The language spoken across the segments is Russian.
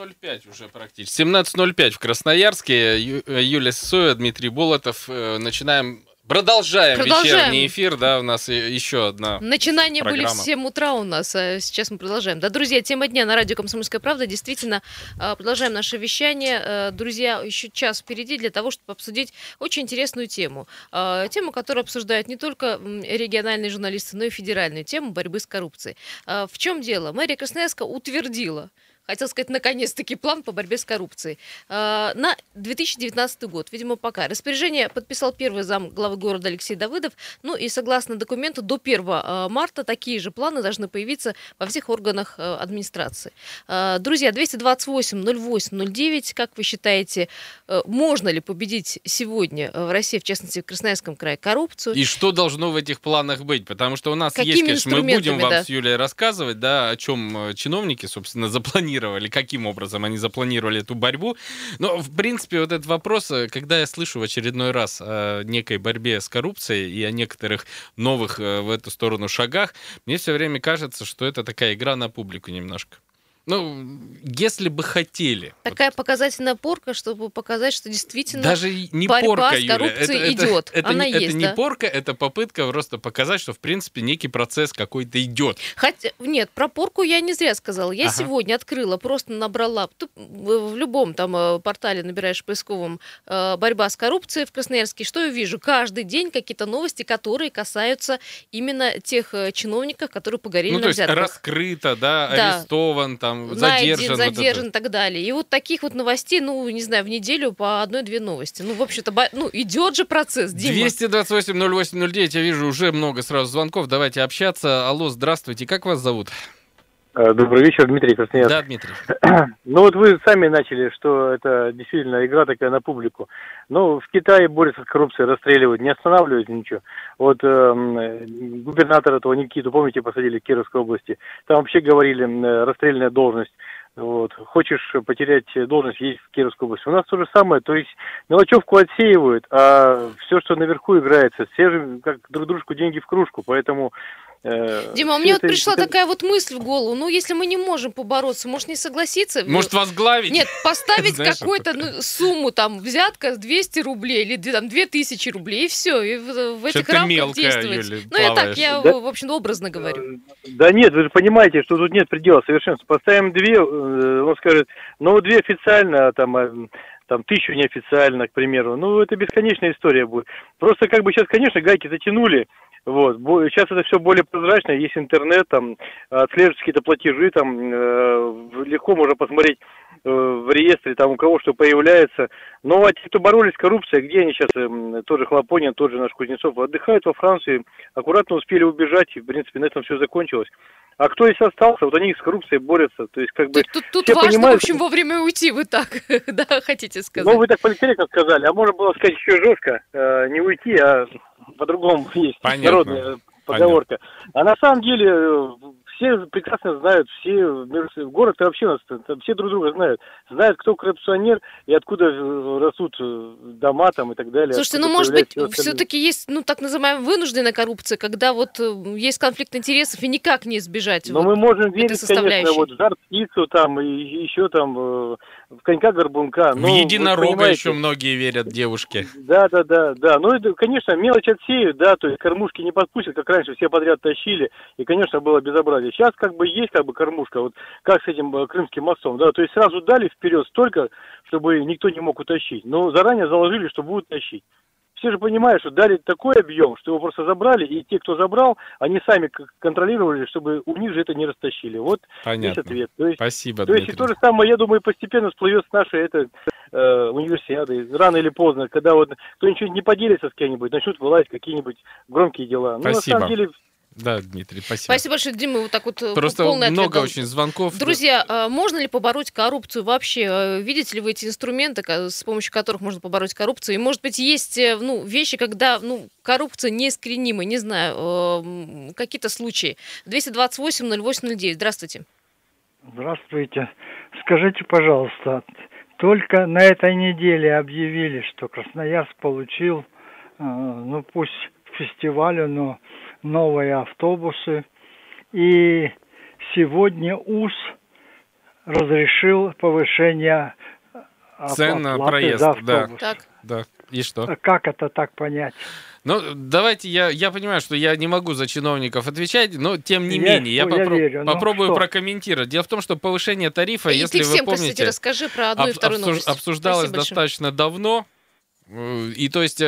17:05 уже практически. 17:05 в Красноярске. Юлия Сысоева, Дмитрий Болотов. Продолжаем вечерний эфир, да, у нас еще одна Начинания программа. были в 7 утра у нас, а сейчас мы продолжаем. Да, друзья, тема дня на радио «Комсомольская правда». Действительно, продолжаем наше вещание. Друзья, еще час впереди для того, чтобы обсудить очень интересную тему. Тему, которую обсуждают не только региональные журналисты, но и федеральную тему борьбы с коррупцией. В чем дело? Мэрия Красноярска утвердила, хотел сказать, наконец-таки план по борьбе с коррупцией на 2019 год. Видимо, пока. Распоряжение подписал первый зам главы города Алексей Давыдов. Ну и согласно документу, до 1 марта такие же планы должны появиться во всех органах администрации. Друзья, 228-08-09. Как вы считаете, можно ли победить сегодня в России, в частности, в Красноярском крае, коррупцию? И что должно в этих планах быть? Потому что у нас Какими есть, конечно, мы будем вам да, с Юлией рассказывать, да, о чем чиновники, собственно, запланировали, каким образом они запланировали эту борьбу. Но, в принципе, вот этот вопрос, когда я слышу в очередной раз о некой борьбе с коррупцией и о некоторых новых в эту сторону шагах, мне все время кажется, что это такая игра на публику немножко. Ну, если бы хотели. Такая показательная порка, чтобы показать, что действительно даже не борьба порка, с коррупцией Юля. идет. Она есть, это не порка, это попытка просто показать, что, в принципе, некий процесс какой-то идет. Хотя, нет, про порку я не зря сказала. Я сегодня открыла, просто набрала, в любом там портале набираешь поисковом борьба с коррупцией в Красноярске, что я вижу? Каждый день какие-то новости, которые касаются именно тех чиновников, которые погорели на взятках. То есть раскрыто, да, арестован, там, задержан и так далее. И вот таких вот новостей, ну, не знаю, в неделю по 1-2 новости. Ну, в общем-то, идет же процесс, Дима. 228-08-09, я вижу уже много сразу звонков. Давайте общаться. Алло, здравствуйте, как вас зовут? Добрый вечер, Дмитрий Красноярск. Да, Дмитрий. Ну вот вы сами начали, что это действительно игра такая на публику. Ну, в Китае борются с коррупцией, расстреливают, не останавливают ничего. Вот губернатора этого Никиту, помните, посадили в Кировской области. Там вообще говорили, расстрельная должность. Вот. Хочешь потерять должность, есть в Кировской области. У нас то же самое, то есть мелочевку отсеивают, а все, что наверху играется, все же как друг дружку деньги в кружку, поэтому... Дима, мне вот пришла такая вот мысль в голову. Ну, если мы не можем побороться, может, не согласиться? Может, возглавить? Нет, поставить какую-то сумму, там, взятка 200 рублей или там 2000 рублей, и все, и в этих рамках действовать. Юля, ну, я так, в общем, образно говорю. Да нет, вы же понимаете, что тут нет предела совершенства. Поставим 2, он скажет, 2 официально, там 1000 неофициально, к примеру. Ну, это бесконечная история будет. Просто как бы сейчас, конечно, гайки затянули. Вот. Сейчас это все более прозрачно, есть интернет, там, отслеживаются какие-то платежи, там, легко можно посмотреть в реестре, там, у кого что появляется. Но а те, кто боролись с коррупцией, где они сейчас, тоже Хлопонин, тот же наш Кузнецов, отдыхают во Франции, аккуратно успели убежать, и, в принципе, на этом все закончилось. А кто здесь остался, вот они с коррупцией борются. То есть, как бы, тут важно, понимают, в общем, вовремя уйти, вы так, да, хотите сказать. Ну, вы так политкорректно сказали, а можно было сказать еще жестко, не уйти, а по-другому есть. Понятно. Народная поговорка. А на самом деле все прекрасно знают, все город вообще у нас, все друг друга знают, кто коррупционер и откуда растут дома там и так далее. Слушайте, ну может быть все-таки есть, так называемая вынужденная коррупция, когда вот есть конфликт интересов и никак не избежать. Но мы можем верить, конечно, вот в жар-птицу там и еще там в конька-горбунка. В единорога еще многие верят, девушки. Да. Ну, это, конечно, мелочь отсеют, да, то есть кормушки не подпустят, как раньше все подряд тащили, и, конечно, было безобразие. Сейчас как бы есть кормушка, вот как с этим Крымским мостом, да, то есть сразу дали вперед столько, чтобы никто не мог утащить, но заранее заложили, что будут тащить. Все же понимают, что дали такой объем, что его просто забрали, и те, кто забрал, они сами контролировали, чтобы у них же это не растащили. Вот весь ответ. То есть, спасибо, Дмитрий. И то же самое, я думаю, постепенно всплывет с нашей универсиады, рано или поздно, когда вот кто-нибудь не поделится с кем-нибудь, начнут вылазить какие-нибудь громкие дела. Спасибо. Ну, на самом деле... Да, Дмитрий, спасибо. Спасибо большое, Дима, вот так вот просто полный ответ. Много очень звонков. Друзья, можно ли побороть коррупцию вообще? Видите ли вы эти инструменты, с помощью которых можно побороть коррупцию? И, может быть, есть вещи, когда коррупция неискоренима, не знаю, какие-то случаи. 228-08-09, здравствуйте. Здравствуйте. Скажите, пожалуйста, только на этой неделе объявили, что Красноярск получил, пусть к фестивалю, но новые автобусы. И сегодня УЗ разрешил повышение Цен на оплаты проезд, за да. автобус. Так. Да. И что? Как это так понять? Ну, давайте, я понимаю, что я не могу за чиновников отвечать, но тем не Я менее, я верю. Ну, попробую что? прокомментировать. Дело в том, что повышение тарифа, И если ты всем, вы помните, кстати, расскажи про одну и вторую новость. обсуждалось Спасибо большое. достаточно давно, и то есть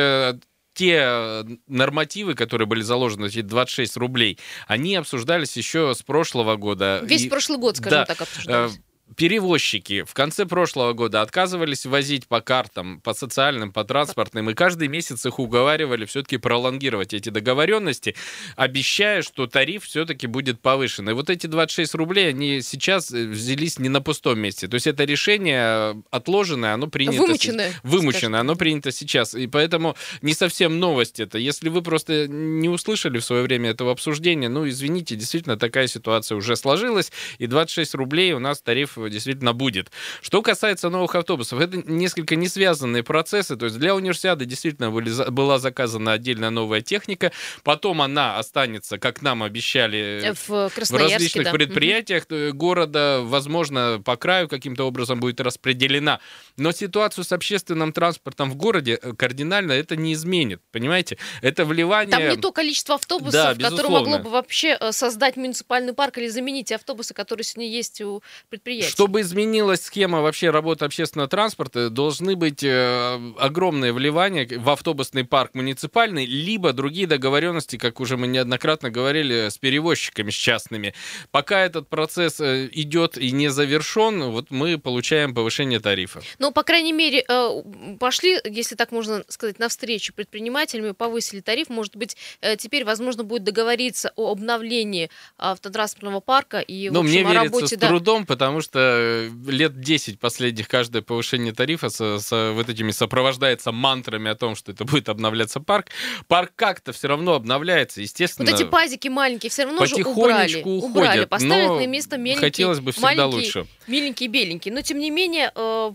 те нормативы, которые были заложены, эти 26 рублей, они обсуждались еще с прошлого года. Весь И- прошлый год, скажем да, так, обсуждались. Перевозчики в конце прошлого года отказывались возить по картам, по социальным, по транспортным, и каждый месяц их уговаривали все-таки пролонгировать эти договоренности, обещая, что тариф все-таки будет повышен. И вот эти 26 рублей, они сейчас взялись не на пустом месте. То есть это решение отложенное, оно принято... Вымученное. Вымученное, оно принято сейчас. И поэтому не совсем новость это. Если вы просто не услышали в свое время этого обсуждения, ну, извините, действительно такая ситуация уже сложилась, и 26 рублей у нас тариф действительно будет. Что касается новых автобусов, это несколько не связанные процессы. То есть для универсиады действительно была заказана отдельная новая техника, потом она останется, как нам обещали, В в Красноярске, различных да. предприятиях города, возможно, по краю каким-то образом будет распределена. Но ситуацию с общественным транспортом в городе кардинально это не изменит. Понимаете? Это вливание... Там не то количество автобусов, Да, которое безусловно. могло бы вообще создать муниципальный парк или заменить те автобусы, которые сегодня есть у предприятий. Чтобы изменилась схема вообще работы общественного транспорта, должны быть огромные вливания в автобусный парк муниципальный, либо другие договоренности, как уже мы неоднократно говорили, с перевозчиками, с частными. Пока этот процесс идет и не завершен, вот мы получаем повышение тарифа. Ну, по крайней мере, пошли, если так можно сказать, навстречу предпринимателям, повысили тариф. Может быть, теперь возможно будет договориться о обновлении автотранспортного парка и, в Ну, мне общем, о верится работе... с трудом, потому что лет 10 последних каждое повышение тарифа вот этими сопровождается мантрами о том, что это будет обновляться парк. Парк как-то все равно обновляется, естественно. Вот эти пазики маленькие все равно же потихонечку убрали, уходят, поставили но на место меленькие, хотелось бы всегда маленькие, лучше. миленькие, беленькие. Но, тем не менее,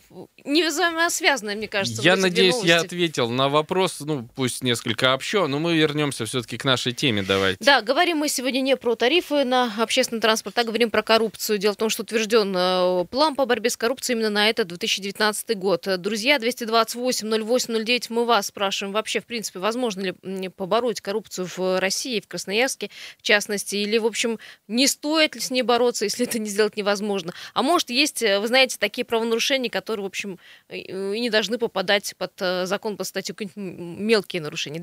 не взаимосвязанное, мне кажется, Я вот эти две надеюсь, я новости. ответил на вопрос, ну, пусть несколько общо, но мы вернемся все-таки к нашей теме, давайте. Да, говорим мы сегодня не про тарифы на общественный транспорт, а говорим про коррупцию. Дело в том, что утвержден план по борьбе с коррупцией именно на этот 2019 год. Друзья, 228-08-09, мы вас спрашиваем, вообще, в принципе, возможно ли побороть коррупцию в России, в Красноярске, в частности, или, в общем, не стоит ли с ней бороться, если это не сделать невозможно. А может, есть, вы знаете, такие правонарушения, которые, в общем, и не должны попадать под закон, под статью мелкие нарушения.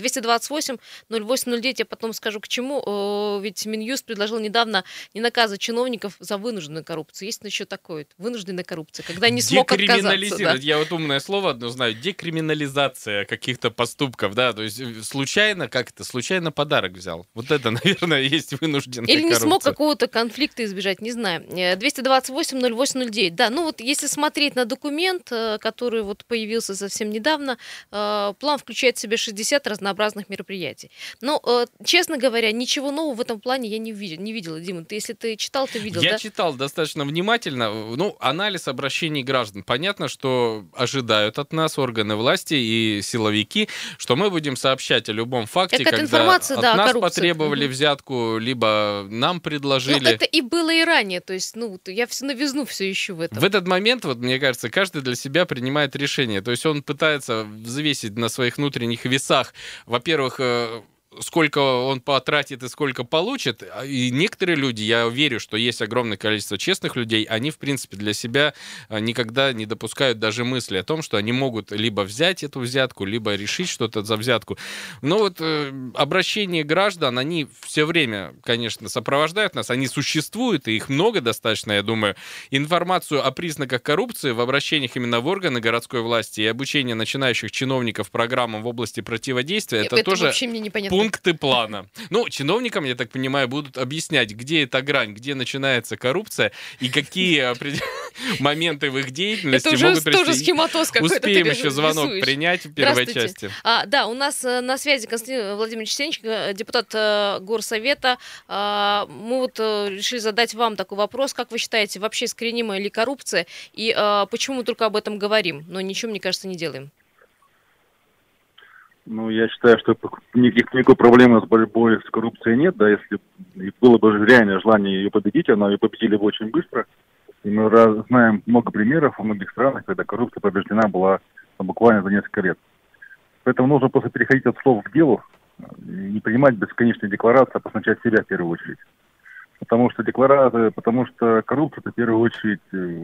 228-08-09, я потом скажу, к чему, ведь Минюст предложил недавно не наказывать чиновников за вынужденную коррупцию. Есть еще такое, вынужденная коррупция, когда не смог отказаться. Да. Я вот умное слово одно знаю, декриминализация каких-то поступков, да, то есть случайно, как это, случайно подарок взял. Вот это, наверное, есть вынужденная Или не коррупция. смог какого-то конфликта избежать, не знаю. 228-08-09. Да, ну вот если смотреть на документ, который вот появился совсем недавно, план включает в себя 60 разнообразных мероприятий. Но, честно говоря, ничего нового в этом плане я не видела. Дима, если ты читал, ты видел, Я да? читал достаточно внимательно. Ну, анализ обращений граждан. Понятно, что ожидают от нас органы власти и силовики, что мы будем сообщать о любом факте, Какая-то когда информация, от да, о нас коррупции. потребовали взятку, либо нам предложили. Ну, это и было и ранее. То есть, ну, я всю новизну все ищу в этом. В этот момент, вот, мне кажется, каждый для себя принимает решение. То есть он пытается взвесить на своих внутренних весах, во-первых, сколько он потратит и сколько получит. И некоторые люди, я верю, что есть огромное количество честных людей, они, в принципе, для себя никогда не допускают даже мысли о том, что они могут либо взять эту взятку, либо решить что-то за взятку. Но вот обращения граждан, они все время, конечно, сопровождают нас, они существуют, и их много достаточно, я думаю. Информацию о признаках коррупции в обращениях именно в органы городской власти и обучение начинающих чиновников программам в области противодействия, это тоже вообще мне непонятно. пункты плана. Ну, чиновникам, я так понимаю, будут объяснять, где эта грань, где начинается коррупция и какие моменты в их деятельности это уже могут тоже привести. схематоз какой-то. Успеем ты еще звонок рисуешь. принять в первой Здравствуйте. части. Да, у нас на связи Константин Владимирович Сенченко, депутат Горсовета. Мы вот решили задать вам такой вопрос. Как вы считаете, вообще искоренимая ли коррупция? И почему мы только об этом говорим, но ничего, мне кажется, не делаем? Ну, я считаю, что никакой проблемы с борьбой с коррупцией нет, да, если было бы реальное желание ее победить, она ее победили бы очень быстро. И мы знаем много примеров во многих странах, когда коррупция побеждена была буквально за несколько лет. Поэтому нужно просто переходить от слов к делу, не принимать бесконечные декларации, а посначать себя в первую очередь. Потому что коррупция, это в первую очередь,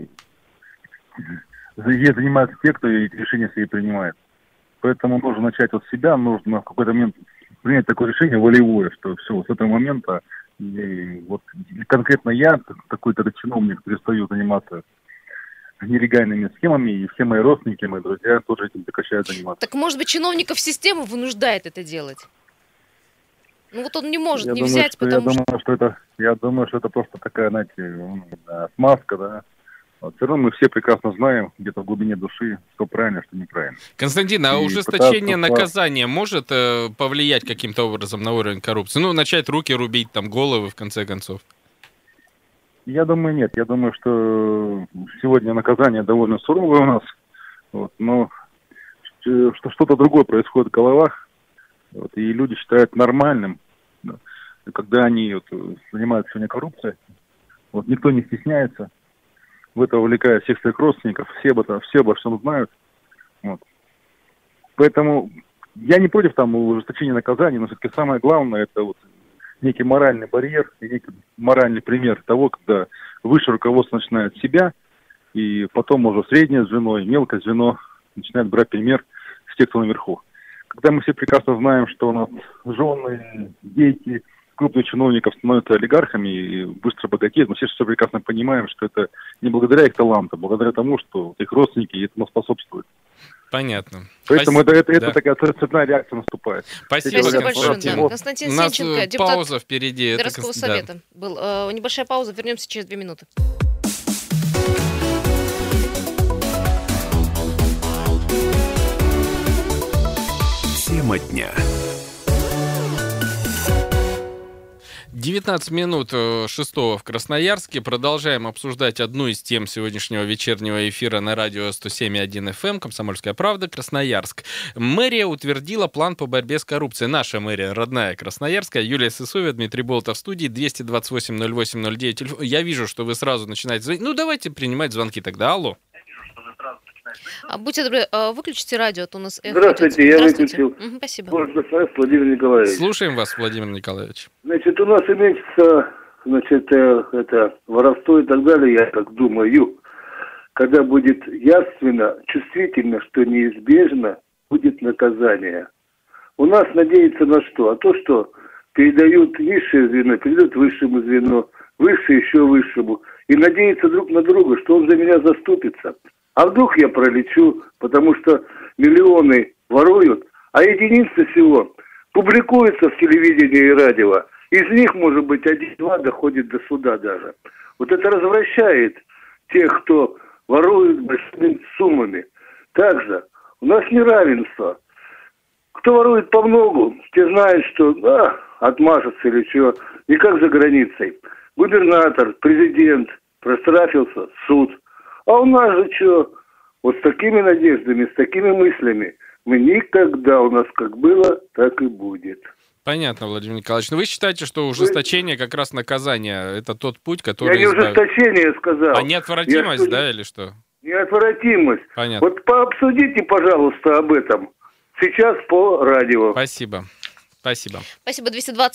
ей занимаются те, кто эти решения свои принимает. Поэтому нужно начать от себя, нужно в какой-то момент принять такое решение волевое, что все, с этого момента вот конкретно я, какой-то чиновник, перестаю заниматься нелегальными схемами, и все мои родственники, мои друзья тоже этим прекращают заниматься. Так, может быть, чиновников системы вынуждает это делать? Ну вот он не может не думаю, взять, потому что... Я думаю, что это просто такая, знаете, смазка, да. Вот, все равно мы все прекрасно знаем, где-то в глубине души, что правильно, что неправильно. Константин, а ужесточение наказания может повлиять каким-то образом на уровень коррупции? Ну, начать руки рубить, там, головы, в конце концов. Я думаю, нет. Я думаю, что сегодня наказание довольно суровое у нас. Вот, но что-то другое происходит в головах. Вот, и люди считают нормальным, да, когда они занимаются сегодня коррупцией. Вот, никто не стесняется. В это увлекают всех своих родственников. Все обо всем знают. Вот. Поэтому я не против ужесточения наказаний, но все-таки самое главное это некий моральный барьер и некий моральный пример того, когда высшее руководство начинает с себя, и потом уже среднее звено и мелкое звено начинает брать пример с тех, кто наверху. Когда мы все прекрасно знаем, что у нас жены, дети крупных чиновников становятся олигархами и быстро богатеют, мы все прекрасно понимаем, что это не благодаря их таланту, а благодаря тому, что их родственники этому способствуют. Понятно. Поэтому это такая цепная реакция наступает. Спасибо большое. Да. Константин Сенченко, депутат пауза впереди. городского совета был. Небольшая пауза, вернемся через 2 минуты. Тема дня. 19 минут 6 в Красноярске. Продолжаем обсуждать одну из тем сегодняшнего вечернего эфира на радио 107.1 FM «Комсомольская правда», Красноярск. Мэрия утвердила план по борьбе с коррупцией. Наша мэрия, родная Красноярская. Юлия Сысоева, Дмитрий Болтов в студии. 228-08-09. Я вижу, что вы сразу начинаете звонить. Ну, давайте принимать звонки тогда. Алло. Будьте добры, выключите радио, а то у нас эхо. Здравствуйте, я выключил. Спасибо. Владимир Николаевич. Слушаем вас, Владимир Николаевич. Значит, у нас имеется, это воровство и так далее, я так думаю, когда будет явственно, чувствительно, что неизбежно будет наказание. У нас надеется на что? А то, что передают низшее звено, передают высшему звену, высшее еще высшему, и надеются друг на друга, что он за меня заступится. А вдруг я пролечу, потому что миллионы воруют, а единицы всего публикуются в телевидении и радио. Из них, может быть, 1-2 доходит до суда даже. Вот это развращает тех, кто ворует большими суммами. Также у нас неравенство. Кто ворует по многу, те знают, что отмажется или чего. Не как за границей. Губернатор, президент, проштрафился, суд. А у нас же что? Вот с такими надеждами, с такими мыслями мы никогда, у нас как было, так и будет. Понятно, Владимир Николаевич. Но вы считаете, что ужесточение как раз наказания – это тот путь, который... Я не ужесточение сказал. А неотвратимость, да, или что? Неотвратимость. Понятно. Вот пообсудите, пожалуйста, об этом сейчас по радио. Спасибо. Спасибо. Спасибо.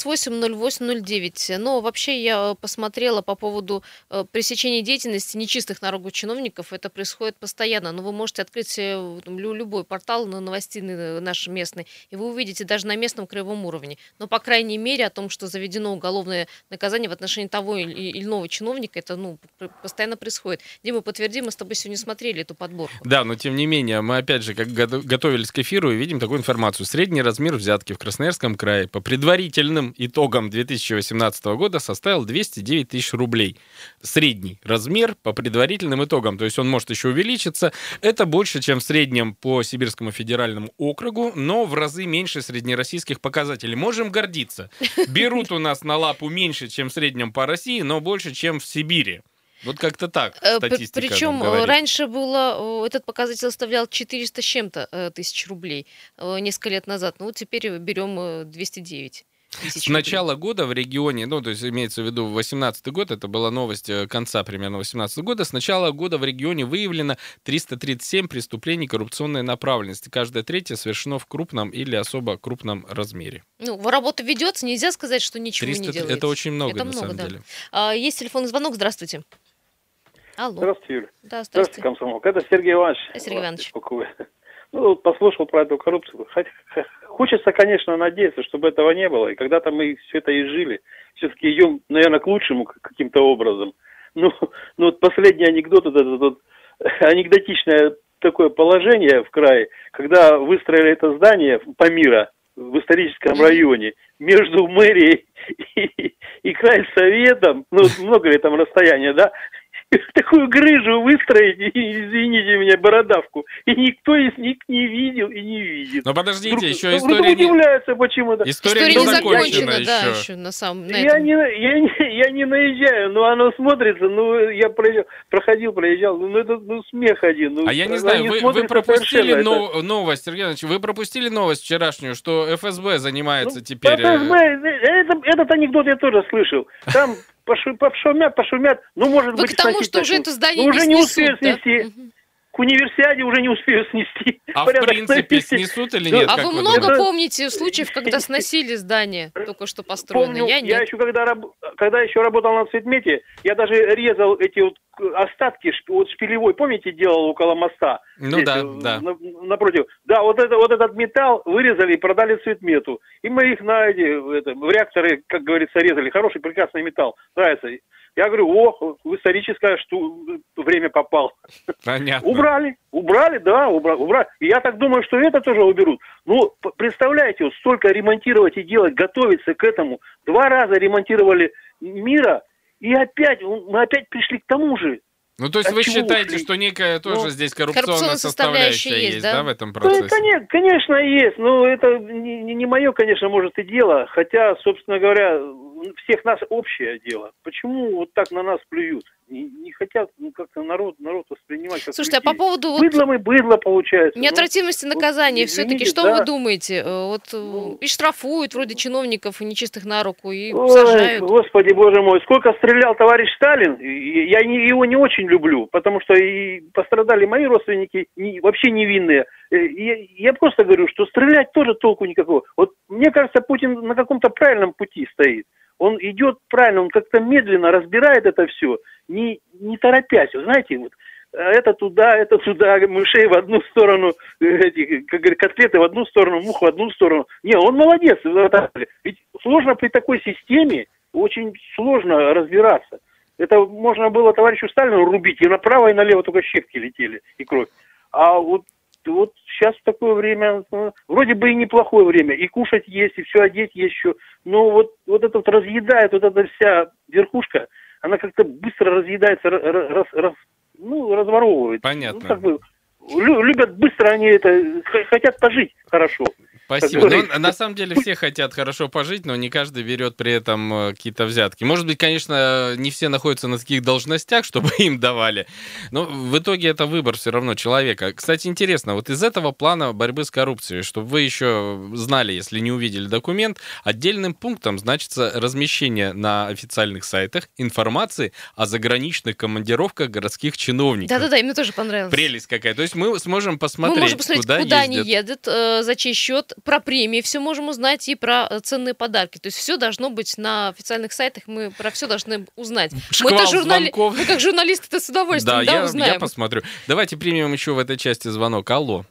228-08-09. Но вообще я посмотрела по поводу пресечения деятельности нечистых на руку чиновников. Это происходит постоянно. Но вы можете открыть любой портал новостей наш местный, и вы увидите даже на местном краевом уровне. Но, по крайней мере, о том, что заведено уголовное наказание в отношении того или иного чиновника, это постоянно происходит. Дима, подтверди, мы с тобой сегодня смотрели эту подборку. Да, но тем не менее, мы опять же, как готовились к эфиру, и видим такую информацию. Средний размер взятки в Красноярском крае по предварительным итогам 2018 года составил 209 тысяч рублей. Средний размер по предварительным итогам, то есть он может еще увеличиться. Это больше, чем в среднем по Сибирскому федеральному округу, но в разы меньше среднероссийских показателей. Можем гордиться. Берут у нас на лапу меньше, чем в среднем по России, но больше, чем в Сибири. Вот как-то так статистика Причем говорит. раньше этот показатель составлял 400 с чем-то тысяч рублей несколько лет назад. Ну вот теперь берем 209. тысяч С начала года в регионе, ну, то есть имеется в виду 2018 год, это была новость конца примерно 2018 года, с начала года в регионе выявлено 337 преступлений коррупционной направленности. Каждое третье совершено в крупном или особо крупном размере. Ну, работа ведется, нельзя сказать, что ничего не делается. Это очень много, Это на много, самом да. деле. Есть телефонный звонок, здравствуйте. Алло. Здравствуйте, Юля. Да, Здравствуйте, комсомолка. Это Сергей Иванович. Сергей Иванович. Ну, вот послушал про эту коррупцию. Хочется, конечно, надеяться, чтобы этого не было. И когда-то мы все это изжили. Все-таки идем, наверное, к лучшему каким-то образом. Ну вот последний анекдот, анекдотичное такое положение в крае, когда выстроили это здание Памира в историческом районе между мэрией и крайсоветом, ну, много ли там расстояние, да? Такую грыжу выстроить, извините меня, бородавку, и никто из них не видел и не видит. Но подождите, еще история история не удивляется почему-то. История не закончена, еще. да, еще на самом деле. Я не наезжаю, но оно смотрится, ну, я проезжал, ну, это смех один. Ну, а я не знаю, вы пропустили новость, Сергей Иванович, вы пропустили новость вчерашнюю, что ФСБ занимается теперь... ФСБ, этот анекдот я тоже слышал. Там пошумят, ну, может Вы быть... к тому, что уже это здание уже не не снесут, успеют снести. К универсиаде уже не успеют снести. А в принципе снесут или нет? А как вы вы много думаете? помните случаев, когда сносили здание, только что построенное? Помню, Я я нет. еще когда еще работал на цветмете, я даже резал эти вот остатки вот шпилевой, помните, делал около моста? Ну здесь, да. Напротив. Да, вот этот металл вырезали и продали цветмету. И мы их в реакторы, как говорится, резали. Хороший, прекрасный металл. Нравится. Я говорю, в историческое время попал. Понятно. Убрали, да, убрали. И я так думаю, что это тоже уберут. Ну, представляете, вот столько ремонтировать и делать, готовиться к этому. 2 раза ремонтировали Мира, и мы опять пришли к тому же. Ну, то есть вы считаете, что некая тоже здесь коррупционная составляющая есть, да, в этом процессе? Да, конечно, есть. Но это не мое, конечно, может, и дело. Хотя, собственно говоря, всех нас общее дело. Почему вот так на нас плюют? Не хотят как-то народ воспринимать как Слушайте, людей. а по поводу... Быдло получается. Неотвратимости наказания, все-таки что да. вы думаете? И штрафуют вроде чиновников и нечистых на руку, и сажают. Господи, боже мой, сколько стрелял товарищ Сталин, я его не очень люблю, потому что и пострадали мои родственники, вообще невинные. Я просто говорю, что стрелять тоже толку никакого. Вот мне кажется, Путин на каком-то правильном пути стоит. Он идет правильно, он как-то медленно разбирает это все, не торопясь. Знаете, вот это туда, мышей в одну сторону, как говорят, котлеты в одну сторону, мух в одну сторону. Не, он молодец. Ведь сложно при такой системе, очень сложно разбираться. Это можно было товарищу Сталину рубить, и направо, и налево только щепки летели, и кровь. А вот сейчас в такое время, вроде бы и неплохое время, и кушать есть, и все одеть есть еще, но вот это вот разъедает, вот эта вся верхушка, она как-то быстро разъедается, разворовывается. Понятно. Любят быстро, они хотят пожить хорошо. Спасибо. Но, на самом деле все хотят хорошо пожить, но не каждый берет при этом какие-то взятки. Может быть, конечно, не все находятся на таких должностях, чтобы им давали, но в итоге это выбор все равно человека. Кстати, интересно, вот из этого плана борьбы с коррупцией, чтобы вы еще знали, если не увидели документ, отдельным пунктом значится размещение на официальных сайтах информации о заграничных командировках городских чиновников. Да, мне тоже понравилось. Прелесть какая. То есть мы сможем посмотреть, куда они едут, за чей счет, про премии все можем узнать и про ценные подарки. То есть все должно быть на официальных сайтах, мы про все должны узнать. Шквал звонков. Мы как журналисты-то с удовольствием узнаем. Я посмотрю. Давайте примем еще в этой части звонок. Алло.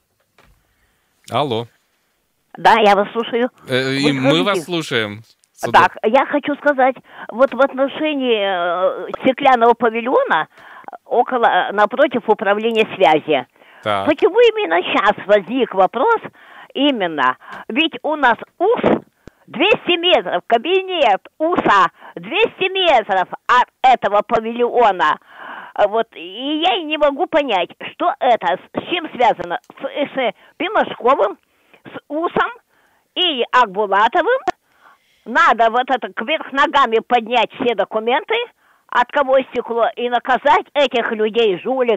Да, я вас слушаю. И мы вас слушаем. Так, я хочу сказать, вот в отношении стеклянного павильона напротив управления связи. Так. Почему именно сейчас возник вопрос именно? Ведь у нас УС 200 метров, кабинет УСа 200 метров от этого павильона. Вот, и я не могу понять, что это, с чем связано, с Пимашковым, с УСом и Акбулатовым. Надо вот это кверх ногами поднять все документы, от кого стекло, и наказать этих людей, жуликов,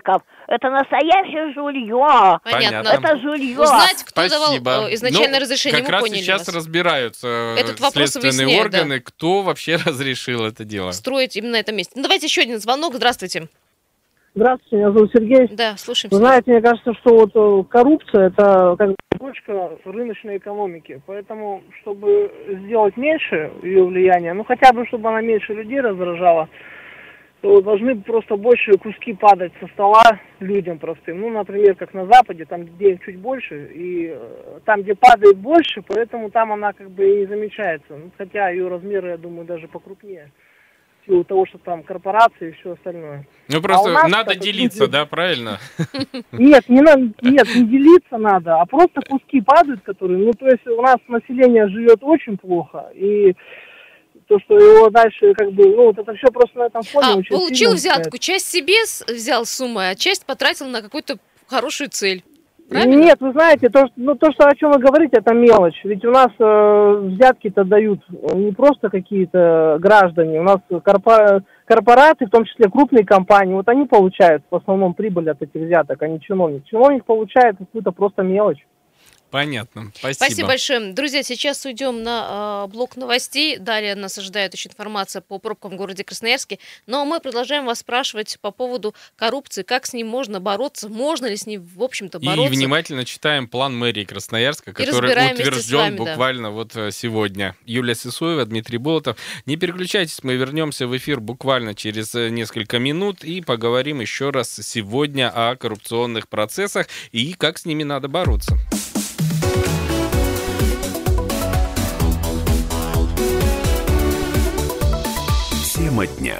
Это настоящее жулье. Понятно. Это жулье. Узнать, кто Спасибо. давал изначально Ну, разрешение, как мы раз поняли сейчас вас. разбираются Этот вопрос следственные выясняют, органы, кто вообще разрешил это дело. Строить именно на этом месте. Ну, давайте еще один звонок. Здравствуйте. Здравствуйте, меня зовут Сергей. Да, слушаем. Вы знаете, мне кажется, что вот коррупция – это как бы точка рыночной экономики. Поэтому, чтобы сделать меньше ее влияния, ну хотя бы, чтобы она меньше людей раздражала, то должны просто больше куски падать со стола людям простым. Ну, например, как на Западе, там где чуть больше, и там, где падает больше, поэтому там она как бы и не замечается. Ну, хотя ее размеры, я думаю, даже покрупнее. В силу того, что там корпорации и все остальное. Ну, просто нас, надо так, делиться, да, правильно? Нет, не делиться надо, а просто куски падают, которые... Ну, то есть у нас население живет очень плохо, и то, что его дальше как бы... Ну, вот это все просто на этом фоне очень Получил сильно взятку, влияет. часть себе взял суммой, а часть потратил на какую-то хорошую цель. Правильно? Нет, вы знаете, то, что о чем вы говорите, это мелочь. Ведь у нас взятки-то дают не просто какие-то граждане, у нас корпорации, в том числе крупные компании, вот они получают в основном прибыль от этих взяток, а не чиновник. Чиновник получает какую-то просто мелочь. Понятно. Спасибо большое. Друзья, сейчас уйдем на блок новостей. Далее нас ожидает еще информация по пробкам в городе Красноярске. Но мы продолжаем вас спрашивать по поводу коррупции. Как с ним можно бороться? Можно ли с ним, в общем-то, бороться? И внимательно читаем план мэрии Красноярска, который разбираем вместе с утвержден вами, буквально вот сегодня. Юлия Сысоева, Дмитрий Болотов. Не переключайтесь, мы вернемся в эфир буквально через несколько минут и поговорим еще раз сегодня о коррупционных процессах и как с ними надо бороться. Тема дня.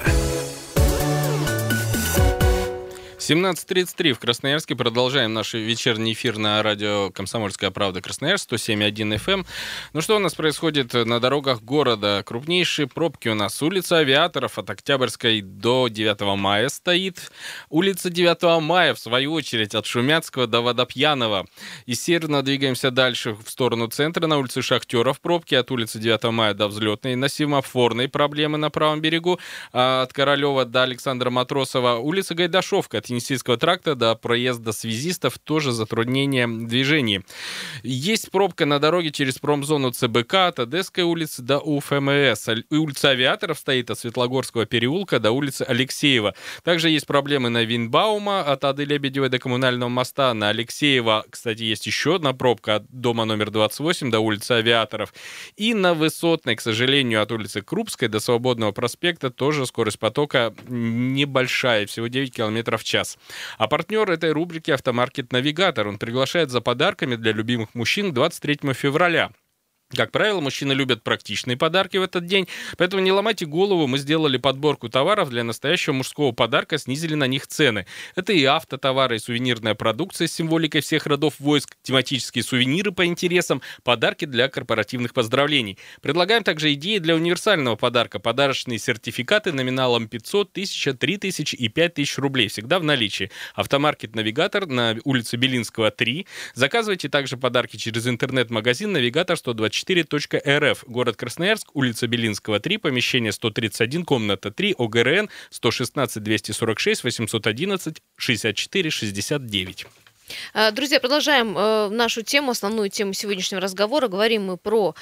17:33 в Красноярске. Продолжаем наш вечерний эфир на радио «Комсомольская правда» Красноярск, 107.1 FM. Ну что у нас происходит на дорогах города? Крупнейшие пробки у нас. Улица Авиаторов от Октябрьской до 9 мая стоит. Улица 9 мая, в свою очередь, от Шумяцкого до Водопьянова. И северно двигаемся дальше в сторону центра. На улице Шахтеров пробки от улицы 9 мая до Взлетной. На семафорной проблемы на правом берегу. От Королева до Александра Матросова. Улица Гайдашовка от Енисейского тракта до проезда Связистов, тоже затруднение движения. Есть пробка на дороге через промзону ЦБК от Одесской улицы до УФМС. Улица Авиаторов стоит от Светлогорского переулка до улицы Алексеева. Также есть проблемы на Винбаума от Ады Лебедевой до Коммунального моста. На Алексеева, кстати, есть еще одна пробка от дома номер 28 до улицы Авиаторов. И на Высотной, к сожалению, от улицы Крупской до Свободного проспекта тоже скорость потока небольшая, всего 9 км в час. А партнер этой рубрики «Автомаркет Навигатор». Он приглашает за подарками для любимых мужчин к 23 февраля. Как правило, мужчины любят практичные подарки в этот день, поэтому не ломайте голову, мы сделали подборку товаров для настоящего мужского подарка, снизили на них цены. Это и автотовары, и сувенирная продукция с символикой всех родов войск, тематические сувениры по интересам, подарки для корпоративных поздравлений. Предлагаем также идеи для универсального подарка, подарочные сертификаты номиналом 500, 1000, 3000 и 5000 рублей, всегда в наличии. Автомаркет «Навигатор» на улице Белинского, 3. Заказывайте также подарки через интернет-магазин «Навигатор 124.рф». Город Красноярск, улица Белинского, 3, помещение 131, комната 3, ОГРН 116 246 811 64 69. Друзья, продолжаем нашу тему, основную тему сегодняшнего разговора. Говорим мы про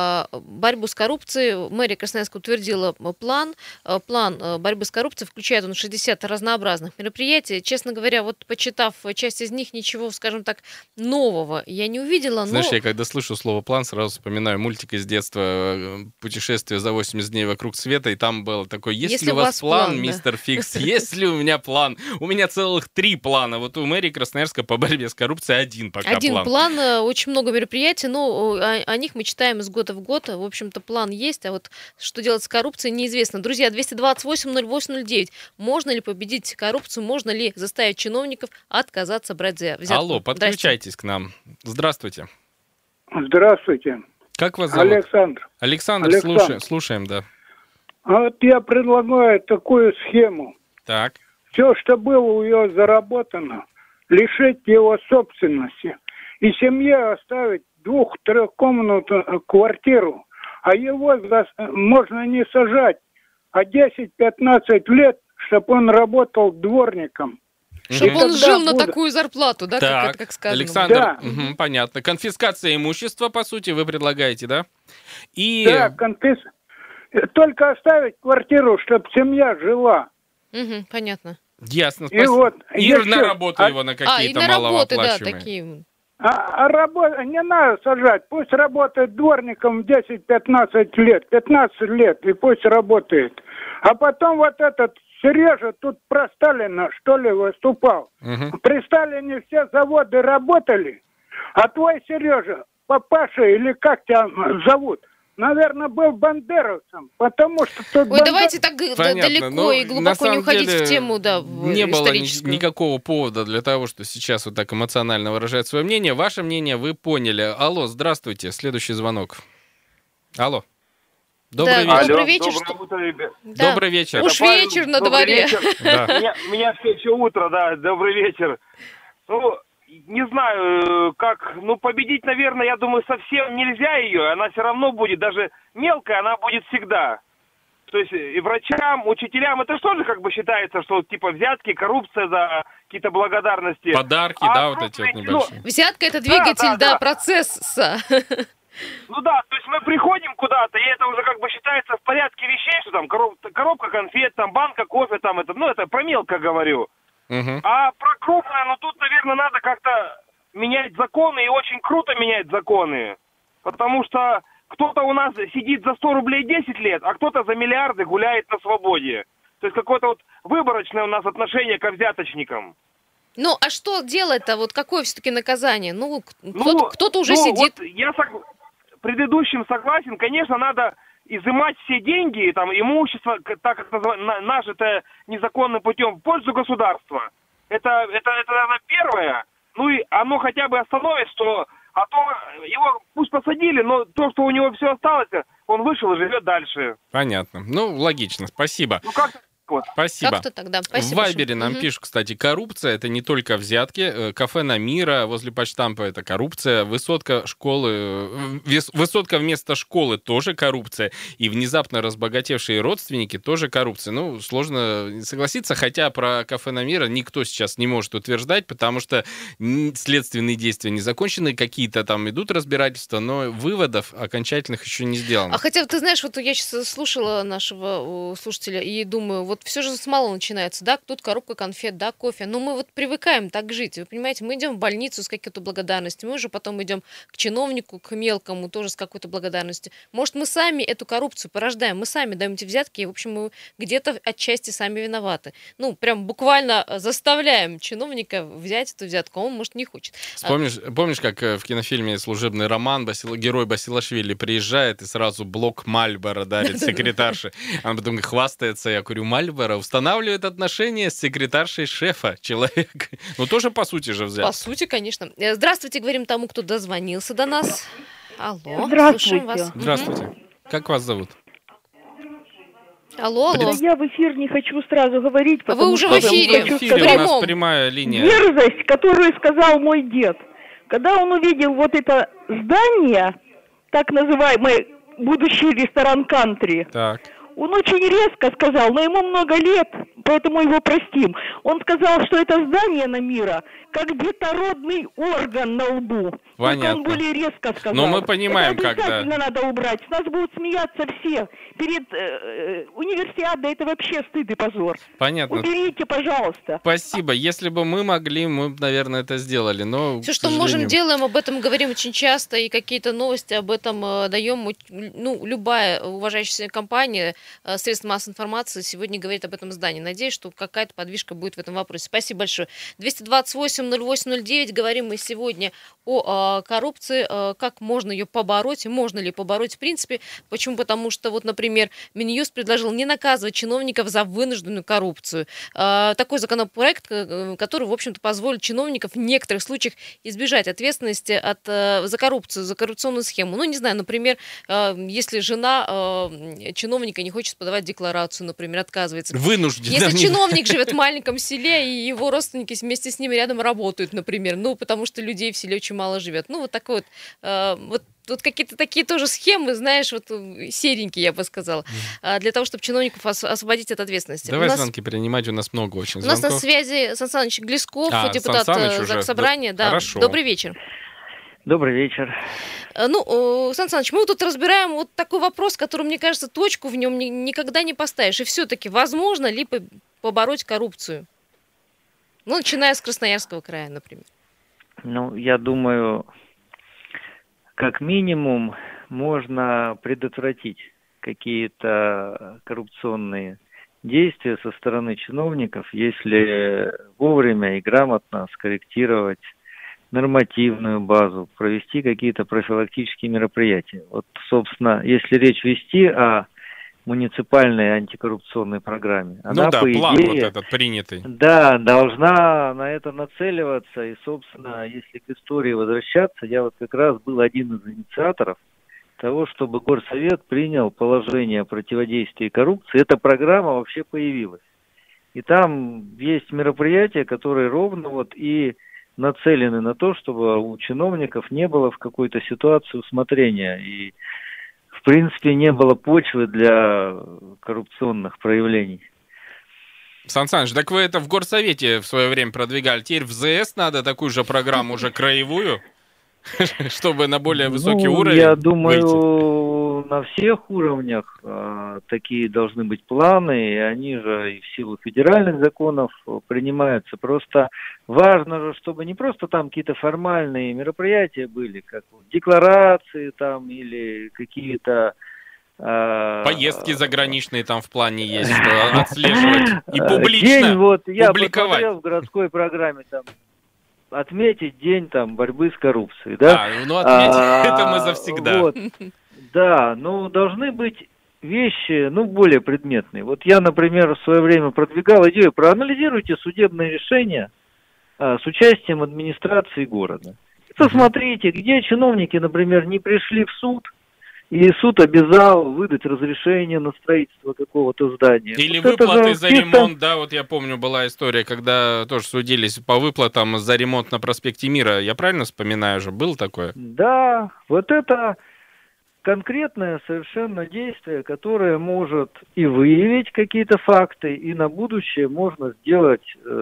борьбу с коррупцией. Мэрия Красноярска утвердила план. План борьбы с коррупцией включает он 60 разнообразных мероприятий. Честно говоря, вот почитав часть из них, ничего, скажем так, нового я не увидела. Знаешь, я когда слышу слово «план», сразу вспоминаю мультик из детства «Путешествие за 80 дней вокруг света», и там было такое: если у вас план, мистер Фикс, если у меня план, у меня целых 3 плана. Вот у мэрии Красноярска по борьбе с коррупцией один пока план. Один план, очень много мероприятий, но о них мы читаем из года в год. В общем-то, план есть, а вот что делать с коррупцией, неизвестно. Друзья, 228-08-09. Можно ли победить коррупцию? Можно ли заставить чиновников отказаться брать взятку? Алло, подключайтесь к нам. Здравствуйте. Здравствуйте. Как вас зовут? Александр. Александр. Слушаем, да. Вот я предлагаю такую схему. Так. Все, что было у него заработано, лишить его собственности. И семье оставить 2-3-комнатную квартиру. А его можно не сажать, а 10-15 лет, чтобы он работал дворником. Чтобы он тогда жил на будут- такую зарплату, да, Так, как сказано. Александр, Да. понятно. Конфискация имущества, по сути, вы предлагаете, да? И Да, только оставить квартиру, чтобы семья жила. Понятно. ясно, И спасибо. вот И еще- на работу его на И какие-то на работы, да, малооплачиваемые. такие. Не надо сажать, пусть работает дворником 10-15 лет, 15 лет, и пусть работает. А потом вот этот Сережа тут про Сталина, что ли, выступал. При Сталине все заводы работали, а твой Сережа, папаша или как тебя зовут, наверное, был бандеровцем, потому что тут... Ой, давайте так Понятно, далеко но и на глубоко самом не уходить деле в тему, да, не было историческую. никакого повода для того, что сейчас вот так эмоционально выражать свое мнение. Ваше мнение вы поняли. Алло, здравствуйте, следующий звонок. Алло. Добрый Да, вечер. добрый вечер. Доброе утро, ребят. Да. Добрый вечер. Уж Павел, вечер на добрый дворе. вечер. Да. Меня все еще утро, да, добрый вечер. Ну, не знаю, как, победить, наверное, я думаю, совсем нельзя ее, она все равно будет, даже мелкая, она будет всегда. То есть и врачам, учителям, это что же как бы считается, что типа взятки, коррупция за какие-то благодарности. Подарки, да, вот эти вот небольшие. Взятка — это двигатель, да. процесса. Ну да, то есть мы приходим куда-то, и это уже как бы считается в порядке вещей, что там коробка конфет, там банка кофе, там это, это про мелко говорю. А про крупное, тут, наверное, надо как-то менять законы, и очень круто менять законы. Потому что кто-то у нас сидит за 100 рублей 10 лет, а кто-то за миллиарды гуляет на свободе. То есть какое-то вот выборочное у нас отношение ко взяточникам. Ну, а что делать-то? Вот какое все-таки наказание? Кто-то уже сидит. Вот я предыдущим согласен, конечно, надо изымать все деньги, там, имущество, так как нажитое незаконным путем, в пользу государства. Это, наверное, первое. Ну и оно хотя бы остановит, а то его пусть посадили, но то, что у него все осталось, он вышел и живет дальше. Понятно. Ну, логично, спасибо. Как-то вот. Спасибо. Как-то тогда. Спасибо. В Вайбере нам пишут, кстати, коррупция — это не только взятки. Кафе на Мира возле почтампа — это коррупция. Высотка вместо школы — тоже коррупция. И внезапно разбогатевшие родственники — тоже коррупция. Ну, сложно согласиться, хотя про кафе на Мира никто сейчас не может утверждать, потому что следственные действия не закончены, какие-то там идут разбирательства, но выводов окончательных еще не сделано. А хотя, ты знаешь, вот я сейчас слушала нашего слушателя и думаю, вот все же с малого начинается, да, тут коробка конфет, да, кофе, но мы вот привыкаем так жить, вы понимаете, мы идем в больницу с какой-то благодарностью, мы уже потом идем к чиновнику, к мелкому тоже с какой-то благодарностью. Может, мы сами эту коррупцию порождаем, мы сами даем эти взятки, и, в общем, мы где-то отчасти сами виноваты. Ну, прям буквально заставляем чиновника взять эту взятку, а он, может, не хочет. Помнишь, как в кинофильме «Служебный роман» герой Басилашвили приезжает и сразу блок Мальборо дарит секретарше. Она потом хвастается, я говорю, Мальборо устанавливает отношения с секретаршей шефа человека. Ну, тоже по сути же взять. По сути, конечно. Здравствуйте, говорим тому, кто дозвонился до нас. Алло, Здравствуйте. слушаем вас. Здравствуйте. Как вас зовут? Алло. Я в эфир не хочу сразу говорить, Вы потому уже что в эфире. хочу У сказать нас прямая линия. мерзость, которую сказал мой дед. Когда он увидел вот это здание, так называемый будущий ресторан «Кантри», Так. он очень резко сказал, но ему много лет, поэтому его простим. Он сказал, что это здание на Мира, как детородный орган на лбу. Понятно. Только он более резко сказал. Но мы понимаем, это когда... обязательно надо убрать. С нас будут смеяться все. Перед универсиадой это вообще стыд и позор. Понятно. Уберите, пожалуйста. Спасибо. Если бы мы могли, мы бы, наверное, это сделали. Но, Все, к что сожалению... можем, делаем, об этом говорим очень часто, и какие-то новости об этом даем. Ну, любая уважающаяся компания, средства массовой информации сегодня говорит об этом здании. Надеюсь, что какая-то подвижка будет в этом вопросе. Спасибо большое. 228-08-09. Говорим мы сегодня о коррупции, как можно ее побороть, можно ли побороть в принципе. Почему? Потому что, вот, например, Минюст предложил не наказывать чиновников за вынужденную коррупцию. Такой законопроект, который, в общем-то, позволит чиновников в некоторых случаях избежать ответственности за коррупцию, за коррупционную схему. Ну, не знаю, например, если жена чиновника не хочет подавать декларацию, например, отказывается. Вынужден. Если чиновник живет в маленьком селе, и его родственники вместе с ним рядом работают, например, ну, потому что людей в селе очень мало живет. Ну, вот такой вот вот какие-то такие тоже схемы, знаешь, вот серенькие, я бы сказала, для того, чтобы чиновников освободить от ответственности. Давай звонки принимать, у нас много очень звонков. У нас на связи Сан Саныч Глесков, депутат Заксобрания. Да. Хорошо. Добрый вечер. Добрый вечер. Ну, Сан Саныч, мы тут разбираем вот такой вопрос, который, мне кажется, точку в нем никогда не поставишь. И все-таки возможно ли побороть коррупцию? Ну, начиная с Красноярского края, например. Ну, я думаю, как минимум можно предотвратить какие-то коррупционные действия со стороны чиновников, если вовремя и грамотно скорректировать нормативную базу, провести какие-то профилактические мероприятия. Вот, собственно, если речь вести о муниципальной антикоррупционной программе, она, по план идее, вот этот принятый. Да, должна на это нацеливаться. И, собственно, если к истории возвращаться, я вот как раз был один из инициаторов того, чтобы Горсовет принял положение о противодействии коррупции. Эта программа вообще появилась. И там есть мероприятия, которые ровно вот и нацелены на то, чтобы у чиновников не было в какой-то ситуации усмотрения и, в принципе, не было почвы для коррупционных проявлений. Сан Саныч, так вы это в Горсовете в свое время продвигали. Теперь в ЗС надо такую же программу уже краевую, чтобы на более высокий уровень Я думаю, выйти. На всех уровнях такие должны быть планы, и они же и в силу федеральных законов принимаются. Просто важно же, чтобы не просто там какие-то формальные мероприятия были, как декларации там или какие-то... Поездки заграничные там в плане есть, что отслеживать и публично День, вот я публиковать. посмотрел в городской программе там, отметить день там борьбы с коррупцией, да? Отметить, это мы завсегда. Вот. Да, должны быть вещи, более предметные. Вот я, например, в свое время продвигал идею, проанализируйте судебные решения с участием администрации города. Посмотрите, где чиновники, например, не пришли в суд, и суд обязал выдать разрешение на строительство какого-то здания. Или вот выплаты за ремонт, да, вот я помню, была история, когда тоже судились по выплатам за ремонт на проспекте Мира. Я правильно вспоминаю же, было такое? Да, вот это конкретное совершенно действие, которое может и выявить какие-то факты, и на будущее можно сделать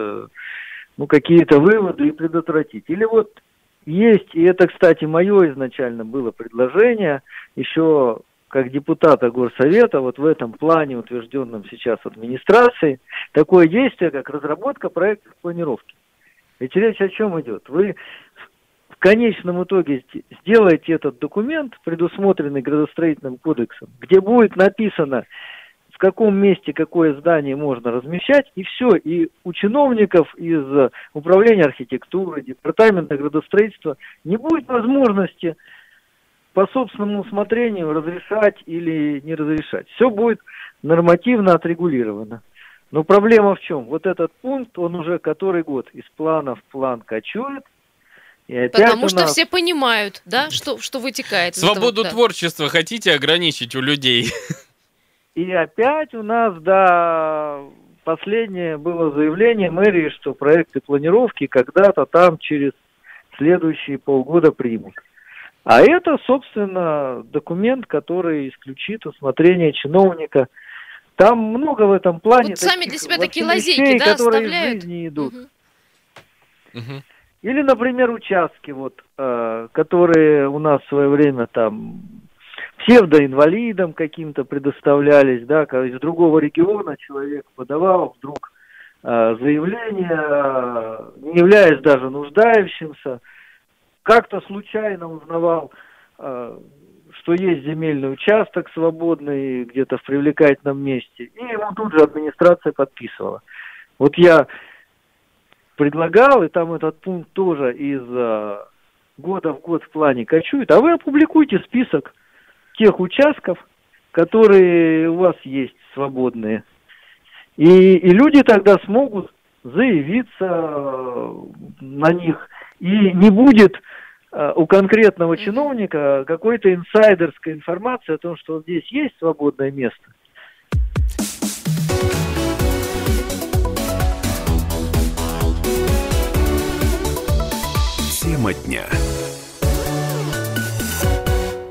какие-то выводы и предотвратить. Или вот есть, и это, кстати, мое изначально было предложение, еще как депутата Горсовета, вот в этом плане, утвержденном сейчас администрацией, такое действие, как разработка проектов планировки. Ведь речь о чем идет? Вы в конечном итоге сделаете этот документ, предусмотренный градостроительным кодексом, где будет написано, в каком месте какое здание можно размещать, и все. И у чиновников из управления архитектуры, департамента градостроительства не будет возможности по собственному усмотрению разрешать или не разрешать. Все будет нормативно отрегулировано. Но проблема в чем? Вот этот пункт, он уже который год из плана в план кочует. И опять потому что все понимают, да, что вытекает из этого. Свободу творчества хотите ограничить у людей? И опять у нас, последнее было заявление мэрии, что проекты планировки когда-то там через следующие полгода примут. А это, собственно, документ, который исключит усмотрение чиновника. Там много в этом плане вот сами для себя такие вещей, лазейки, да, которые оставляют? в жизни идут. Или, например, участки, которые у нас в свое время там псевдоинвалидам каким-то предоставлялись, да, когда из другого региона человек подавал вдруг заявление, не являясь даже нуждающимся, как-то случайно узнавал, что есть земельный участок свободный где-то в привлекательном месте, и ему тут же администрация подписывала. Вот я предлагал, и там этот пункт тоже из года в год в плане кочует, а вы опубликуйте список тех участков, которые у вас есть свободные. И люди тогда смогут заявиться на них. И не будет у конкретного чиновника какой-то инсайдерской информации о том, что здесь есть свободное место. Тема дня.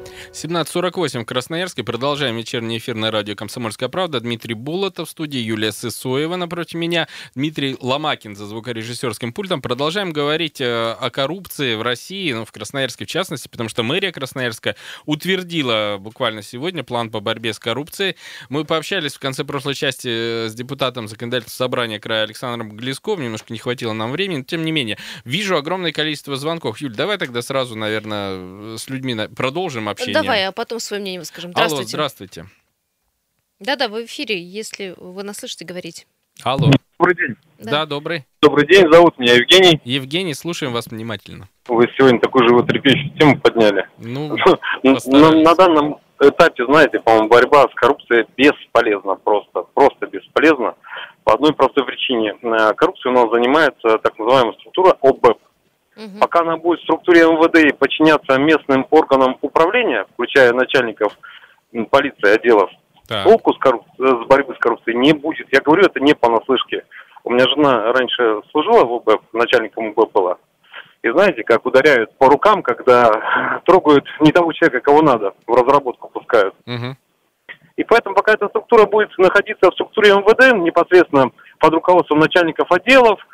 17:48 в Красноярске. Продолжаем вечерний эфир на радио «Комсомольская правда». Дмитрий Болотов в студии, Юлия Сысоева напротив меня, Дмитрий Ломакин за звукорежиссерским пультом. Продолжаем говорить о коррупции в России, в Красноярске в частности, потому что мэрия Красноярска утвердила буквально сегодня план по борьбе с коррупцией. Мы пообщались в конце прошлой части с депутатом законодательного собрания края Александром Глисковым. Немножко не хватило нам времени, но тем не менее. Вижу огромное количество звонков. Юль, давай тогда сразу, наверное, с людьми продолжим общение. Давай, а потом свое мнение выскажем. Алло, здравствуйте. Да-да, вы в эфире, если вы нас слышите, говорите. Алло. Добрый день. Да, добрый. Добрый день, зовут меня Евгений. Евгений, слушаем вас внимательно. Вы сегодня такую животрепещущую тему подняли. Ну, на данном этапе, знаете, по-моему, борьба с коррупцией бесполезна, просто бесполезна. По одной простой причине. Коррупцией у нас занимается так называемая структура ОБЭП. Пока она будет в структуре МВД подчиняться местным органам управления, включая начальников полиции, отделов, толку с борьбы с коррупцией не будет. Я говорю, это не понаслышке. У меня жена раньше служила в ОБЭП, начальником ОБЭП была. И знаете, как ударяют по рукам, когда трогают не того человека, кого надо, в разработку пускают. И поэтому, пока эта структура будет находиться в структуре МВД, непосредственно под руководством начальников отделов,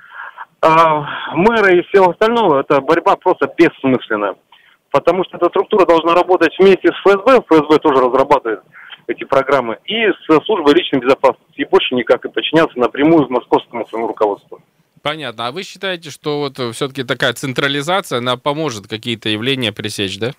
мэра и всего остального, эта борьба просто бессмысленная. Потому что эта структура должна работать вместе с ФСБ, ФСБ тоже разрабатывает эти программы, и с службой личной безопасности, и больше никак, и подчиняться напрямую московскому своему руководству. Понятно. А вы считаете, что вот все-таки такая централизация, она поможет какие-то явления пресечь, да?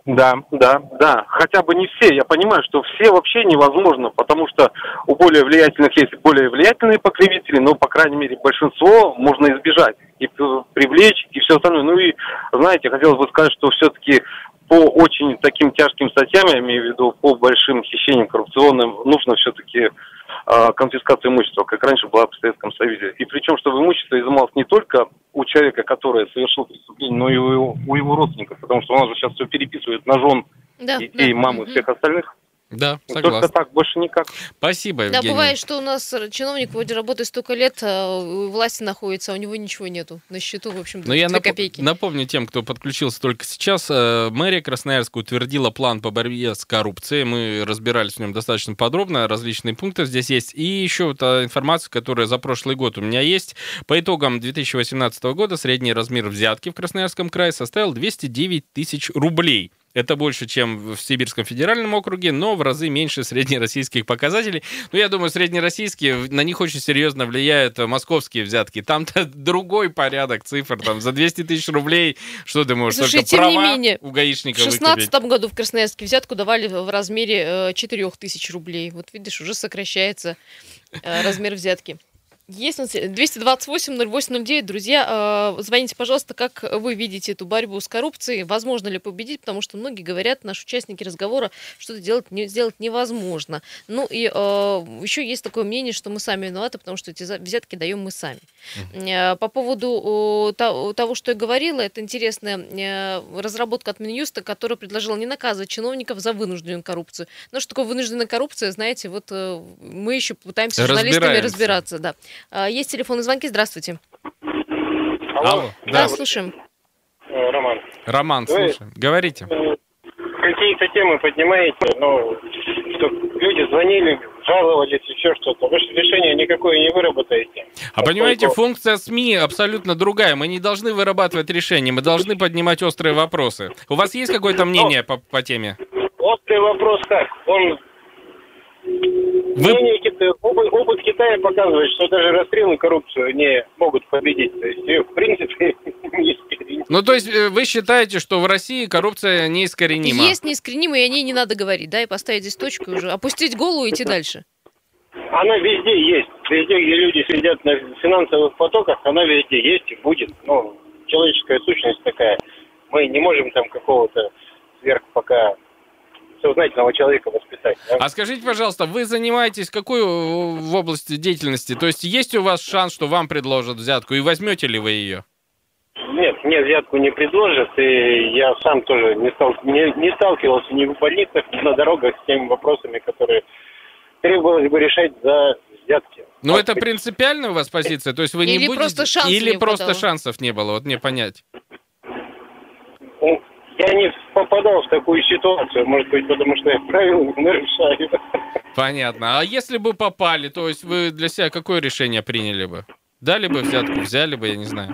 Да. Хотя бы не все. Я понимаю, что все вообще невозможно, потому что у более влиятельных есть более влиятельные покровители, но, по крайней мере, большинство можно избежать и привлечь, и все остальное. Ну и, знаете, хотелось бы сказать, что все-таки по очень таким тяжким статьям, я имею в виду по большим хищениям коррупционным, нужно все-таки конфискация имущества, как раньше была в Советском Союзе. И причем, чтобы имущество изымалось не только у человека, который совершил преступление, но и у его родственников, потому что у нас же сейчас все переписывают на жен, детей, мамы, всех остальных. Да, согласен. Только так, больше никак. Спасибо, Евгений. Да, бывает, что у нас чиновник вроде работает столько лет, у власти находится, а у него ничего нету на счету, в общем, 2 копейки. Напомню тем, кто подключился только сейчас, мэрия Красноярска утвердила план по борьбе с коррупцией. Мы разбирались в нем достаточно подробно, различные пункты здесь есть. И еще вот информация, которая за прошлый год у меня есть. По итогам 2018 года средний размер взятки в Красноярском крае составил 209 тысяч рублей. Это больше, чем в Сибирском федеральном округе, но в разы меньше среднероссийских показателей. Но я думаю, среднероссийские, на них очень серьезно влияют московские взятки. Там-то другой порядок цифр. Там за 200 тысяч рублей, что ты можешь, слушай, только права у гаишника выкупить. В 2016 году в Красноярске взятку давали в размере 4 тысяч рублей. Вот видишь, уже сокращается размер взятки. Есть 228-08-09. Друзья, звоните, пожалуйста, как вы видите эту борьбу с коррупцией, возможно ли победить, потому что многие говорят, наши участники разговора, что это сделать невозможно. Ну и еще есть такое мнение, что мы сами виноваты, потому что эти взятки даем мы сами. По поводу того, что я говорила, это интересная разработка от Минюста, которая предложила не наказывать чиновников за вынужденную коррупцию. Но что такое вынужденная коррупция, знаете, вот мы еще пытаемся с журналистами разбираться. Да. Есть телефонные звонки. Здравствуйте. Алло. Да, слушаем. Роман, слушаем. Говорите. Какие-то темы поднимаете, но чтобы люди звонили, жаловались, еще что-то. Вы же решение никакое не выработаете. А понимаете, функция СМИ абсолютно другая. Мы не должны вырабатывать решения, мы должны поднимать острые вопросы. У вас есть какое-то мнение по теме? Острый вопрос как? Опыт Китая показывает, что даже расстрелы коррупцию не могут победить. То есть, в принципе, неискоренимо. Ну, то есть, вы считаете, что в России коррупция неискоренима? Есть неискоренима, и о ней не надо говорить, да, и поставить здесь точку и уже опустить голову и идти дальше. Она везде есть. Везде, где люди сидят на финансовых потоках, она везде есть и будет. Ну, человеческая сущность такая. Мы не можем там какого-то сверх пока сознательного человека воспитать. Да? А скажите, пожалуйста, вы занимаетесь какой в области деятельности? То есть есть у вас шанс, что вам предложат взятку, и возьмете ли вы ее? Нет, мне взятку не предложат, и я сам тоже не сталкивался ни в больницах, ни на дорогах с теми вопросами, которые требовалось бы решать за взятки. Ну, это принципиальная у вас позиция? То есть вы или не будете... Просто шансов или не просто хватало. Шансов не было? Вот мне понять. я не попадал в такую ситуацию, может быть, потому что я правил нарушаю. Понятно. А если бы попали, то есть вы для себя какое решение приняли бы? Дали бы взятку, взяли бы, я не знаю.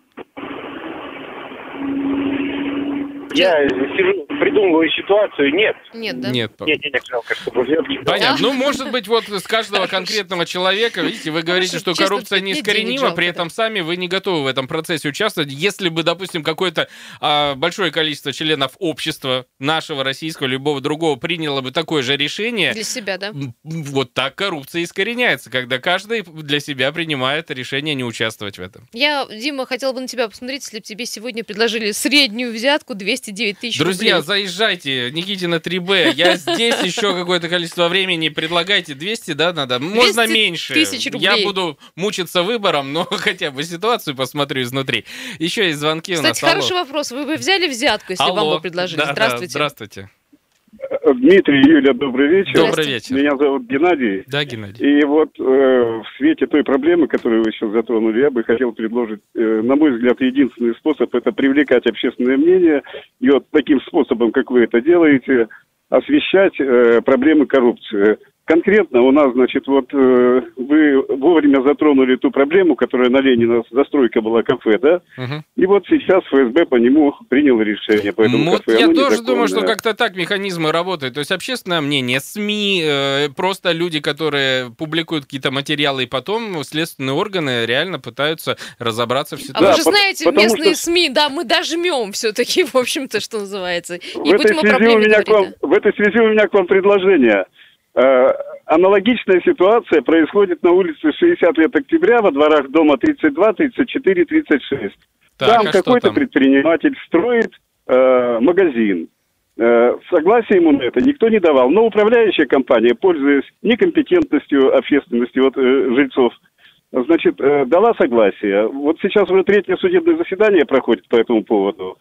Я сижу, придумываю ситуацию, нет. Нет, да? Нет. Нет, жалко, чтобы взятки. Понятно. Ну, может быть, вот с каждого конкретного человека, видите, вы говорите, что коррупция неискоренима, при этом сами вы не готовы в этом процессе участвовать. Если бы, допустим, какое-то большое количество членов общества, нашего, российского, любого другого, приняло бы такое же решение... Для себя, да? Вот так коррупция искореняется, когда каждый для себя принимает решение не участвовать в этом. Я, Дима, хотела бы на тебя посмотреть, если бы тебе сегодня предложили среднюю взятку 209 тысяч Друзья, рублей. заезжайте, Никитина 3Б. Я здесь еще какое-то количество времени. Предлагайте 200, да, надо? Можно меньше. Тысяч рублей. Я буду мучиться выбором, но хотя бы ситуацию посмотрю изнутри. Еще есть звонки у нас. Кстати, хороший вопрос. Вы бы взяли взятку, если вам бы предложили? Да, Здравствуйте. Да, здравствуйте. Дмитрий, Юля, добрый вечер. Добрый вечер. Меня зовут Геннадий. Да, Геннадий. И вот в свете той проблемы, которую вы сейчас затронули, я бы хотел предложить, на мой взгляд, единственный способ – это привлекать общественное мнение и вот таким способом, как вы это делаете, освещать проблемы коррупции. Конкретно у нас, значит, вот вы вовремя затронули ту проблему, которая на Ленина, застройка была кафе, да? Угу. И вот сейчас ФСБ по нему приняло решение. Поэтому Вот кафе, я оно тоже думаю, что незаконное. как-то так механизмы работают. То есть общественное мнение, СМИ, просто люди, которые публикуют какие-то материалы, и потом следственные органы реально пытаются разобраться в ситуации. А вы же знаете, местные СМИ, да, мы дожмем все-таки, в общем-то, что называется. И В этой связи у меня к вам предложение. Аналогичная ситуация происходит на улице 60 лет октября во дворах дома 32, 34, 36. Там какой-то предприниматель строит магазин. Согласия ему на это никто не давал. Но управляющая компания, пользуясь некомпетентностью общественности жильцов, значит, дала согласие. Вот сейчас уже 3-е судебное заседание проходит по этому поводу.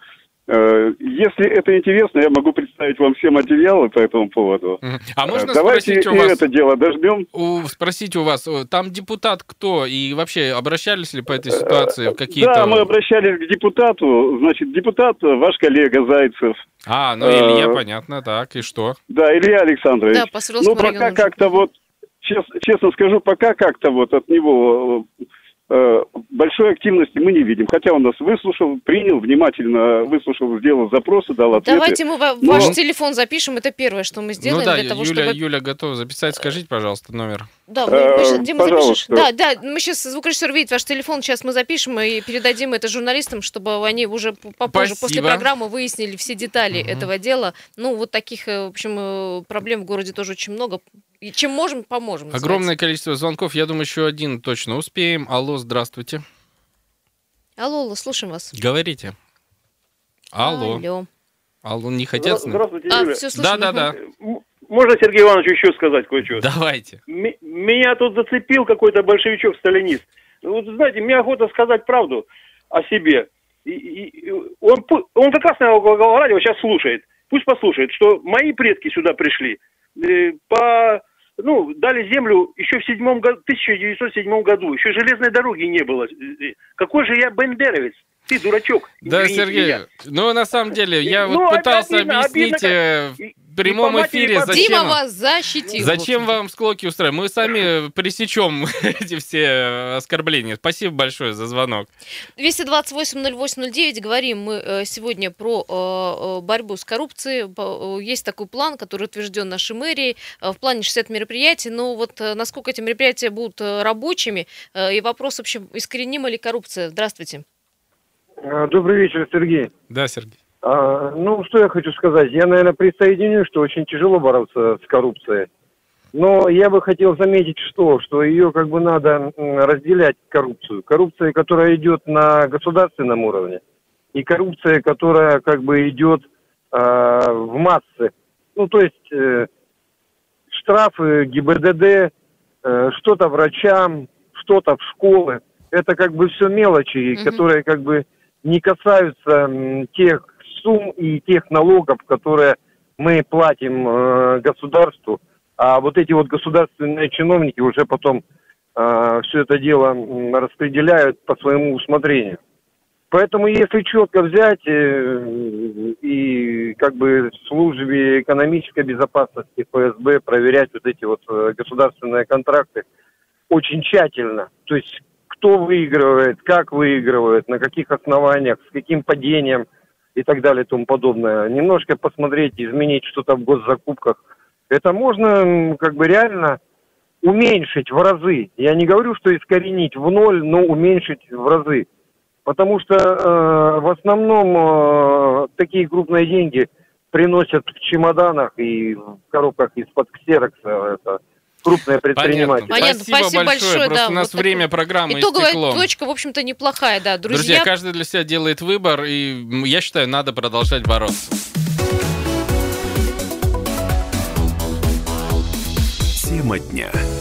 Если это интересно, я могу представить вам все материалы по этому поводу. А можно давайте спросить у вас, это дело дождем. Спросить у вас, там депутат кто? И вообще обращались ли по этой ситуации в какие-то... Да, мы обращались к депутату. Значит, депутат ваш коллега Зайцев. Ну Илья, понятно, так, и что? Да, Илья Александрович. Да, по Свердловскому пока району. как-то вот, честно скажу, пока как-то вот от него... большой активности мы не видим. Хотя он нас выслушал, принял, внимательно выслушал, сделал запросы, дал ответы. Давайте мы ваш телефон запишем, это первое, что мы сделаем. Ну да, для того, Юля готова записать. Скажите, пожалуйста, номер. Да, Дима, запишешь? Да, мы сейчас, звукорежиссер видит ваш телефон, сейчас мы запишем и передадим это журналистам, чтобы они уже попозже, после программы, выяснили все детали этого дела. Ну, вот таких, в общем, проблем в городе тоже очень много. И чем можем, поможем. Огромное количество звонков. Я думаю, еще один точно успеем. Алло, здравствуйте. Алло, слушаем вас. Говорите. Алло, не хотят? Здравствуйте, Юля. Все слышно. Да. Можно Сергею Ивановичу еще сказать кое-что? Давайте. Меня тут зацепил какой-то большевичок-сталинист. Вот, знаете, мне охота сказать правду о себе. Он как раз на его радио сейчас слушает. Пусть послушает, что мои предки сюда пришли. Дали землю еще в 1907 году. Еще железной дороги не было. Какой же я бендеровец? Ты дурачок. Да, Сергей, на самом деле, я пытался объяснить в прямом эфире, Дима вас защитил. Зачем вам склоки устраивать? Мы сами пресечем эти все оскорбления. Спасибо большое за звонок. 228-08-09. Говорим мы сегодня про борьбу с коррупцией. Есть такой план, который утвержден нашей мэрией. В плане 60 мероприятий. Но вот насколько эти мероприятия будут рабочими? И вопрос, в общем, искоренима ли коррупция? Здравствуйте. Добрый вечер, Сергей. Да, Сергей. Что я хочу сказать? Я, наверное, присоединюсь, что очень тяжело бороться с коррупцией. Но я бы хотел заметить, что ее надо разделять, коррупцию. Коррупция, которая идет на государственном уровне, и коррупция, которая идет в массы. То есть штрафы, ГИБДД, что-то врачам, что-то в школы. Это все мелочи, которые не касаются тех сумм и тех налогов, которые мы платим государству, а вот эти государственные чиновники уже потом все это дело распределяют по своему усмотрению. Поэтому если четко взять и как бы в службе экономической безопасности ФСБ проверять вот эти вот государственные контракты очень тщательно, то есть кто выигрывает, как выигрывает, на каких основаниях, с каким падением и так далее и тому подобное. Немножко посмотреть, изменить что-то в госзакупках. Это можно как бы реально уменьшить в разы. Я не говорю, что искоренить в ноль, но уменьшить в разы. Потому что в основном такие крупные деньги приносят в чемоданах и в коробках из-под ксерокса. Это крупные предприниматели. Понятно. Спасибо большое. Просто у нас вот время программы итоговая истекло. точка, в общем-то, неплохая, да, Друзья, каждый для себя делает выбор, и я считаю, надо продолжать бороться. Тема дня.